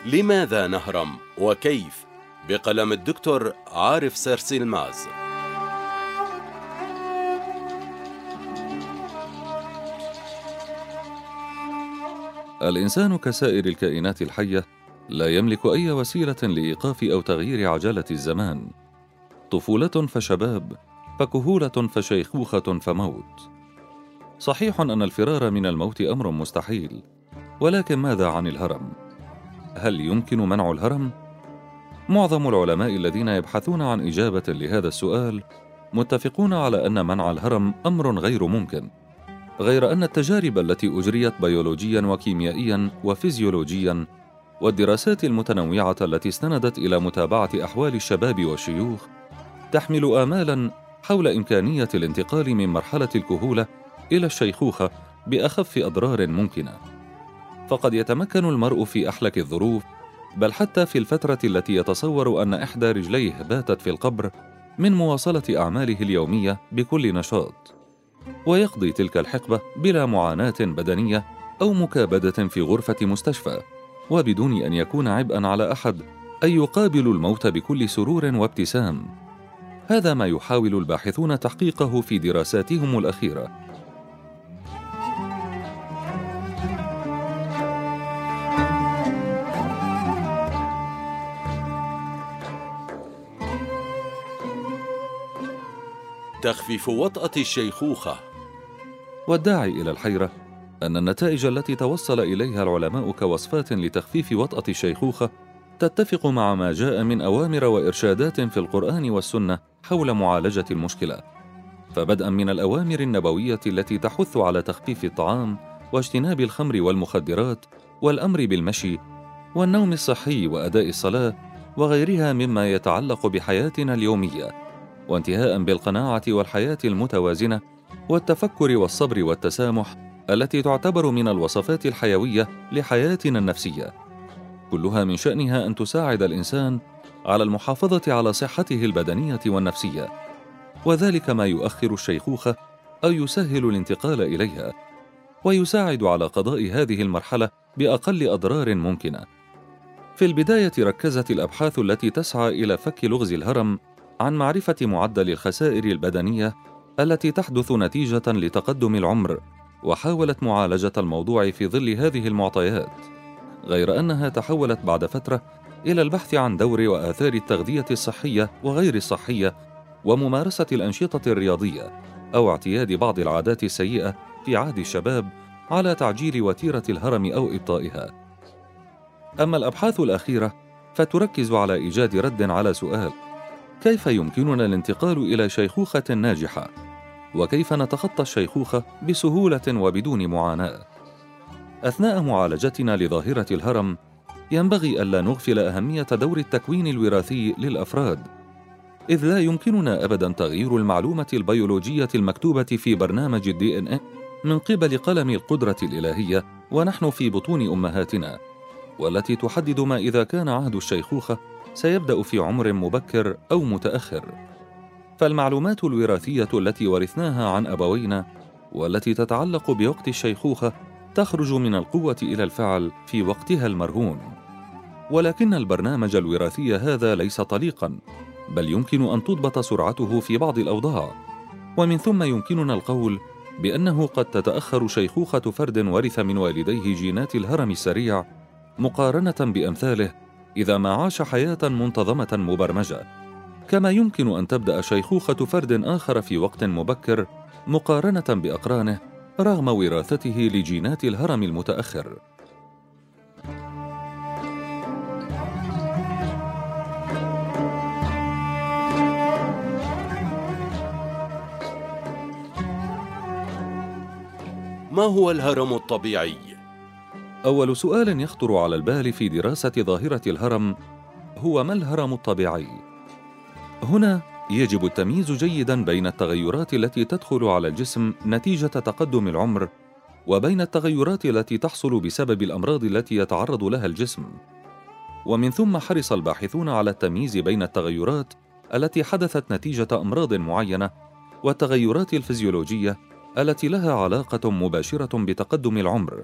لماذا نهرم وكيف؟ بقلم الدكتور عارف سيرسيلماز. الإنسان كسائر الكائنات الحية لا يملك أي وسيلة لإيقاف أو تغيير عجلة الزمان. طفولة فشباب، فكهولة فشيخوخة فموت. صحيح أن الفرار من الموت أمر مستحيل، ولكن ماذا عن الهرم؟ هل يمكن منع الهرم؟ معظم العلماء الذين يبحثون عن إجابة لهذا السؤال متفقون على أن منع الهرم أمر غير ممكن، غير أن التجارب التي أجريت بيولوجياً وكيميائياً وفيزيولوجياً والدراسات المتنوعة التي استندت إلى متابعة أحوال الشباب والشيوخ تحمل آمالاً حول إمكانية الانتقال من مرحلة الكهولة إلى الشيخوخة بأخف أضرار ممكنة. فقد يتمكن المرء في أحلك الظروف، بل حتى في الفترة التي يتصور أن إحدى رجليه باتت في القبر، من مواصلة أعماله اليومية بكل نشاط، ويقضي تلك الحقبة بلا معاناة بدنية أو مكابدة في غرفة مستشفى، وبدون أن يكون عبئاً على أحد أن يقابل الموت بكل سرور وابتسام. هذا ما يحاول الباحثون تحقيقه في دراساتهم الأخيرة. تخفيف وطأة الشيخوخة. والداعي إلى الحيرة أن النتائج التي توصل إليها العلماء كوصفات لتخفيف وطأة الشيخوخة تتفق مع ما جاء من أوامر وإرشادات في القرآن والسنة حول معالجة المشكلة، فبدءا من الأوامر النبوية التي تحث على تخفيف الطعام واجتناب الخمر والمخدرات والأمر بالمشي والنوم الصحي وأداء الصلاة وغيرها مما يتعلق بحياتنا اليومية، وانتهاء بالقناعة والحياة المتوازنة والتفكر والصبر والتسامح التي تعتبر من الوصفات الحيوية لحياتنا النفسية، كلها من شأنها أن تساعد الإنسان على المحافظة على صحته البدنية والنفسية، وذلك ما يؤخر الشيخوخة أو يسهل الانتقال إليها، ويساعد على قضاء هذه المرحلة بأقل أضرار ممكنة. في البداية ركزت الأبحاث التي تسعى إلى فك لغز الهرم عن معرفة معدل الخسائر البدنية التي تحدث نتيجة لتقدم العمر، وحاولت معالجة الموضوع في ظل هذه المعطيات، غير أنها تحولت بعد فترة إلى البحث عن دور وآثار التغذية الصحية وغير الصحية وممارسة الأنشطة الرياضية أو اعتياد بعض العادات السيئة في عهد الشباب على تعجيل وتيرة الهرم أو إبطائها. أما الأبحاث الأخيرة فتركز على إيجاد رد على سؤال: كيف يمكننا الانتقال إلى شيخوخة ناجحة؟ وكيف نتخطى الشيخوخة بسهولة وبدون معاناة؟ أثناء معالجتنا لظاهرة الهرم ينبغي ألا نغفل أهمية دور التكوين الوراثي للأفراد، إذ لا يمكننا أبداً تغيير المعلومة البيولوجية المكتوبة في برنامج DNA من قبل قلم القدرة الإلهية ونحن في بطون أمهاتنا، والتي تحدد ما إذا كان عهد الشيخوخة سيبدأ في عمر مبكر أو متأخر. فالمعلومات الوراثية التي ورثناها عن أبوينا والتي تتعلق بوقت الشيخوخة تخرج من القوة إلى الفعل في وقتها المرهون، ولكن البرنامج الوراثي هذا ليس طليقاً، بل يمكن أن تضبط سرعته في بعض الأوضاع، ومن ثم يمكننا القول بأنه قد تتأخر شيخوخة فرد ورث من والديه جينات الهرم السريع مقارنة بأمثاله إذا ما عاش حياة منتظمة مبرمجة، كما يمكن أن تبدأ شيخوخة فرد آخر في وقت مبكر مقارنة بأقرانه رغم وراثته لجينات الهرم المتأخر. ما هو الهرم الطبيعي؟ أول سؤال يخطر على البال في دراسة ظاهرة الهرم هو: ما الهرم الطبيعي؟ هنا يجب التمييز جيداً بين التغيرات التي تدخل على الجسم نتيجة تقدم العمر، وبين التغيرات التي تحصل بسبب الأمراض التي يتعرض لها الجسم. ومن ثم حرص الباحثون على التمييز بين التغيرات التي حدثت نتيجة أمراض معينة والتغيرات الفيزيولوجية التي لها علاقة مباشرة بتقدم العمر،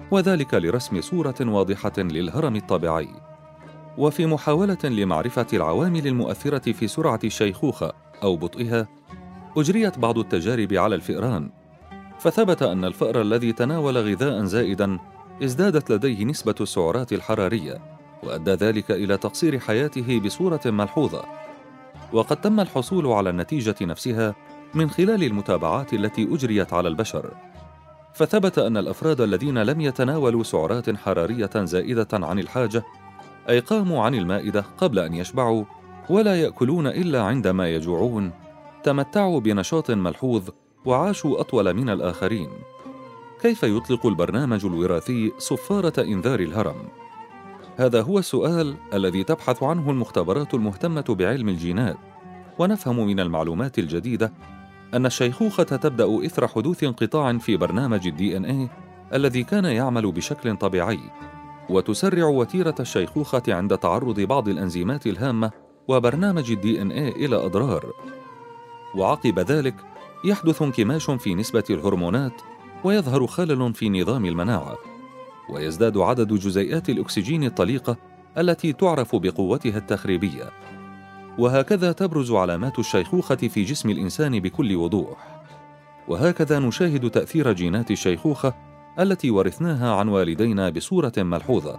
وذلك لرسم صورة واضحة للهرم الطبيعي. وفي محاولة لمعرفة العوامل المؤثرة في سرعة الشيخوخة أو بطئها، أجريت بعض التجارب على الفئران، فثبت أن الفأر الذي تناول غذاء زائداً ازدادت لديه نسبة السعرات الحرارية، وأدى ذلك إلى تقصير حياته بصورة ملحوظة. وقد تم الحصول على النتيجة نفسها من خلال المتابعات التي أجريت على البشر، فثبت أن الأفراد الذين لم يتناولوا سعرات حرارية زائدة عن الحاجة، أي قاموا عن المائدة قبل أن يشبعوا ولا يأكلون إلا عندما يجوعون، تمتعوا بنشاط ملحوظ وعاشوا أطول من الآخرين. كيف يطلق البرنامج الوراثي صفارة إنذار الهرم؟ هذا هو السؤال الذي تبحث عنه المختبرات المهتمة بعلم الجينات، ونفهم من المعلومات الجديدة أن الشيخوخة تبدأ إثر حدوث انقطاع في برنامج الDNA الذي كان يعمل بشكل طبيعي، وتسرع وتيرة الشيخوخة عند تعرض بعض الأنزيمات الهامة وبرنامج الDNA إلى أضرار. وعقب ذلك يحدث انكماش في نسبة الهرمونات، ويظهر خلل في نظام المناعة، ويزداد عدد جزيئات الأكسجين الطليقة التي تعرف بقوتها التخريبية. وهكذا تبرز علامات الشيخوخة في جسم الإنسان بكل وضوح. وهكذا نشاهد تأثير جينات الشيخوخة التي ورثناها عن والدينا بصورة ملحوظة.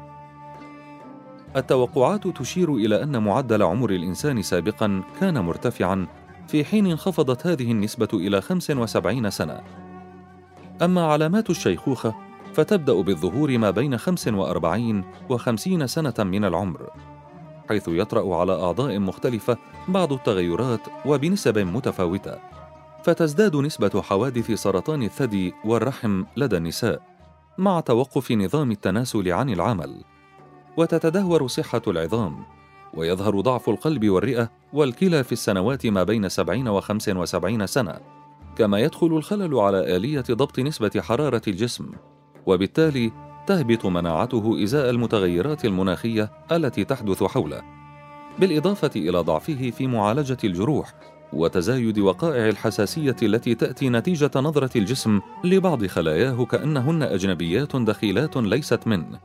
التوقعات تشير إلى أن معدل عمر الإنسان سابقاً كان مرتفعاً، في حين انخفضت هذه النسبة إلى 75 سنة. أما علامات الشيخوخة فتبدأ بالظهور ما بين 45 و50 سنة من العمر، حيث يطرأ على أعضاء مختلفة بعض التغيرات وبنسب متفاوتة، فتزداد نسبة حوادث سرطان الثدي والرحم لدى النساء مع توقف نظام التناسل عن العمل، وتتدهور صحة العظام، ويظهر ضعف القلب والرئة والكلى في السنوات ما بين 70 و75 سنة، كما يدخل الخلل على آلية ضبط نسبة حرارة الجسم، وبالتالي تهبط مناعته إزاء المتغيرات المناخية التي تحدث حوله، بالإضافة إلى ضعفه في معالجة الجروح وتزايد وقائع الحساسية التي تأتي نتيجة نظرة الجسم لبعض خلاياه كأنهن أجنبيات دخيلات ليست منه.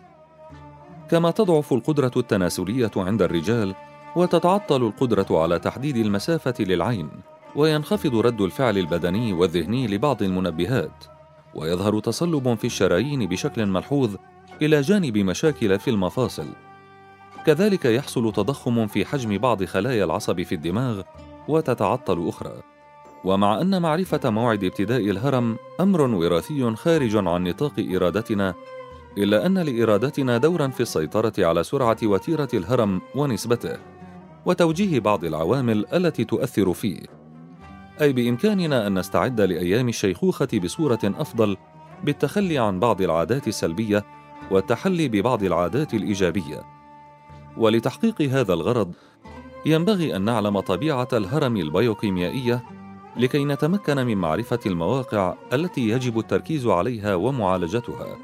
كما تضعف القدرة التناسلية عند الرجال، وتتعطل القدرة على تحديد المسافة للعين، وينخفض رد الفعل البدني والذهني لبعض المنبهات، ويظهر تصلب في الشرايين بشكل ملحوظ إلى جانب مشاكل في المفاصل. كذلك يحصل تضخم في حجم بعض خلايا العصب في الدماغ وتتعطل أخرى. ومع أن معرفة موعد ابتداء الهرم أمر وراثي خارج عن نطاق إرادتنا، إلا أن لإرادتنا دورا في السيطرة على سرعة وتيرة الهرم ونسبته، وتوجيه بعض العوامل التي تؤثر فيه. أي بإمكاننا أن نستعد لأيام الشيخوخة بصورة أفضل بالتخلي عن بعض العادات السلبية والتحلي ببعض العادات الإيجابية. ولتحقيق هذا الغرض ينبغي أن نعلم طبيعة الهرم البيوكيميائية لكي نتمكن من معرفة المواقع التي يجب التركيز عليها ومعالجتها.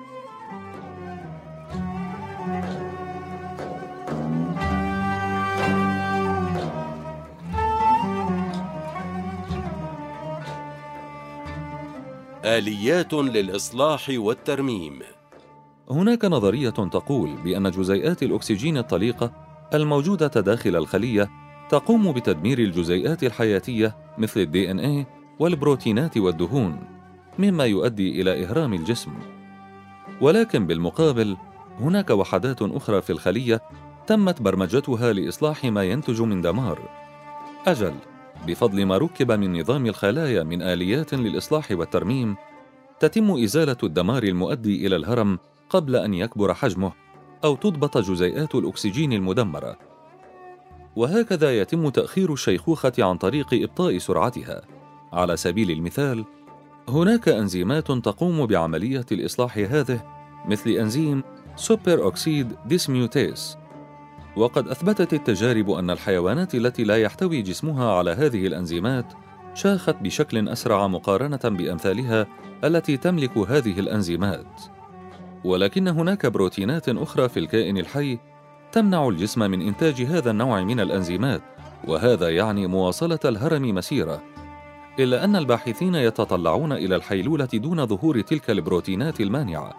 آليات للإصلاح والترميم. هناك نظرية تقول بأن جزيئات الأكسجين الطليقة الموجودة داخل الخلية تقوم بتدمير الجزيئات الحياتية مثل الDNA والبروتينات والدهون، مما يؤدي إلى إهرام الجسم. ولكن بالمقابل هناك وحدات أخرى في الخلية تمت برمجتها لإصلاح ما ينتج من دمار. أجل، بفضل ما ركب من نظام الخلايا من آليات للإصلاح والترميم، تتم إزالة الدمار المؤدي إلى الهرم قبل أن يكبر حجمه أو تضبط جزيئات الأكسجين المدمرة. وهكذا يتم تأخير الشيخوخة عن طريق إبطاء سرعتها. على سبيل المثال، هناك أنزيمات تقوم بعملية الإصلاح هذه، مثل أنزيم سوبر أوكسيد ديسميوتيز. وقد أثبتت التجارب أن الحيوانات التي لا يحتوي جسمها على هذه الأنزيمات شاخت بشكل أسرع مقارنة بأمثالها التي تملك هذه الأنزيمات. ولكن هناك بروتينات أخرى في الكائن الحي تمنع الجسم من إنتاج هذا النوع من الأنزيمات، وهذا يعني مواصلة الهرم مسيرة. إلا أن الباحثين يتطلعون إلى الحيلولة دون ظهور تلك البروتينات المانعة،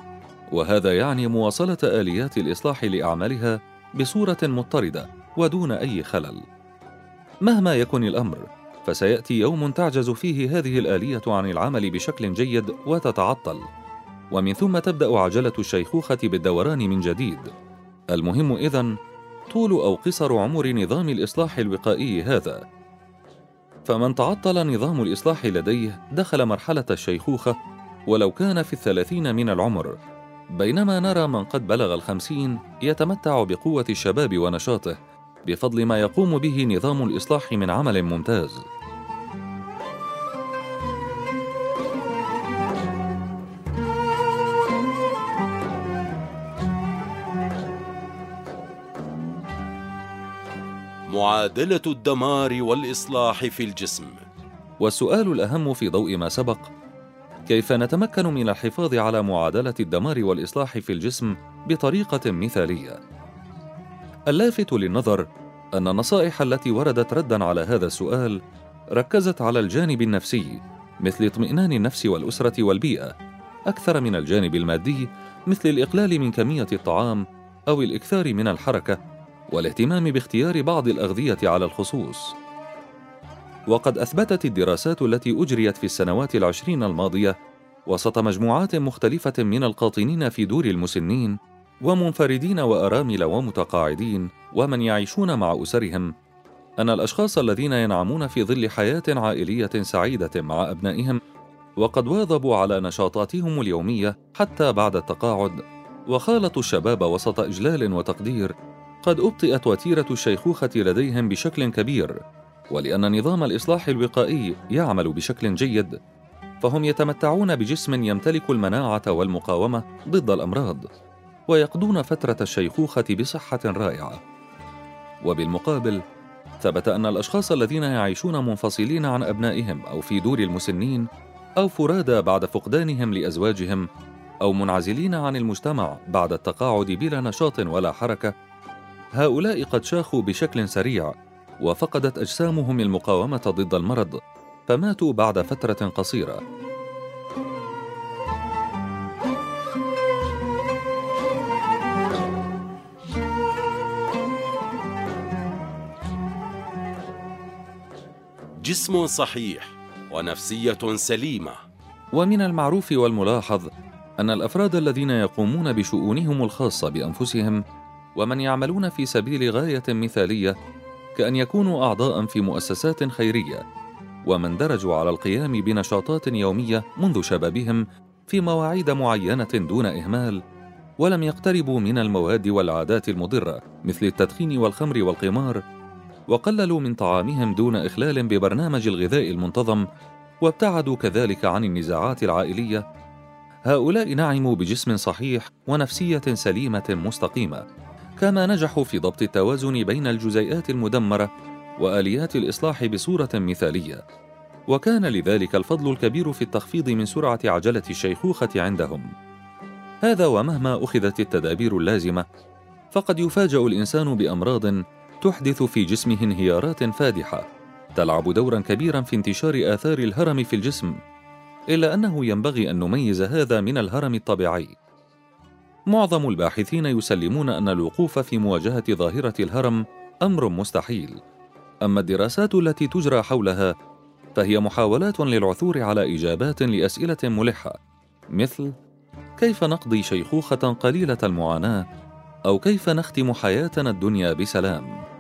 وهذا يعني مواصلة آليات الإصلاح لأعمالها بصورة مضطردة ودون أي خلل. مهما يكن الأمر، فسيأتي يوم تعجز فيه هذه الآلية عن العمل بشكل جيد وتتعطل، ومن ثم تبدأ عجلة الشيخوخة بالدوران من جديد. المهم إذن طول أو قصر عمر نظام الإصلاح الوقائي هذا. فمن تعطل نظام الإصلاح لديه دخل مرحلة الشيخوخة ولو كان في 30 من العمر، بينما نرى من قد بلغ 50 يتمتع بقوة الشباب ونشاطه بفضل ما يقوم به نظام الإصلاح من عمل ممتاز. معادلة الدمار والإصلاح في الجسم. والسؤال الأهم في ضوء ما سبق: كيف نتمكن من الحفاظ على معادلة الدمار والإصلاح في الجسم بطريقة مثالية؟ اللافت للنظر أن النصائح التي وردت رداً على هذا السؤال ركزت على الجانب النفسي مثل اطمئنان النفس والأسرة والبيئة أكثر من الجانب المادي مثل الإقلال من كمية الطعام أو الإكثار من الحركة والاهتمام باختيار بعض الأغذية على الخصوص. وقد أثبتت الدراسات التي أجريت في السنوات 20 الماضية وسط مجموعات مختلفة من القاطنين في دور المسنين ومنفردين وأرامل ومتقاعدين ومن يعيشون مع أسرهم أن الأشخاص الذين ينعمون في ظل حياة عائلية سعيدة مع أبنائهم وقد واظبوا على نشاطاتهم اليومية حتى بعد التقاعد وخالطوا الشباب وسط إجلال وتقدير، قد أبطئت وتيرة الشيخوخة لديهم بشكل كبير. ولأن نظام الإصلاح الوقائي يعمل بشكل جيد، فهم يتمتعون بجسم يمتلك المناعة والمقاومة ضد الأمراض، ويقضون فترة الشيخوخة بصحة رائعة. وبالمقابل، ثبت أن الأشخاص الذين يعيشون منفصلين عن أبنائهم أو في دور المسنين أو فرادى بعد فقدانهم لأزواجهم أو منعزلين عن المجتمع بعد التقاعد بلا نشاط ولا حركة، هؤلاء قد شاخوا بشكل سريع وفقدت أجسامهم المقاومة ضد المرض، فماتوا بعد فترة قصيرة. جسم صحيح ونفسية سليمة. ومن المعروف والملاحظ أن الأفراد الذين يقومون بشؤونهم الخاصة بأنفسهم ومن يعملون في سبيل غاية مثالية كأن يكونوا أعضاء في مؤسسات خيرية، ومن درجوا على القيام بنشاطات يومية منذ شبابهم في مواعيد معينة دون إهمال، ولم يقتربوا من المواد والعادات المضرة مثل التدخين والخمر والقمار، وقللوا من طعامهم دون إخلال ببرنامج الغذاء المنتظم، وابتعدوا كذلك عن النزاعات العائلية، هؤلاء نعموا بجسم صحيح ونفسية سليمة مستقيمة، كما نجحوا في ضبط التوازن بين الجزيئات المدمرة وآليات الإصلاح بصورة مثالية، وكان لذلك الفضل الكبير في التخفيض من سرعة عجلة الشيخوخة عندهم. هذا ومهما أخذت التدابير اللازمة، فقد يفاجأ الإنسان بأمراض تحدث في جسمه انهيارات فادحة تلعب دورا كبيرا في انتشار آثار الهرم في الجسم، إلا أنه ينبغي أن نميز هذا من الهرم الطبيعي. معظم الباحثين يسلمون أن الوقوف في مواجهة ظاهرة الهرم أمر مستحيل، أما الدراسات التي تجرى حولها فهي محاولات للعثور على إجابات لأسئلة ملحة، مثل كيف نقضي شيخوخة قليلة المعاناة، أو كيف نختم حياتنا الدنيا بسلام.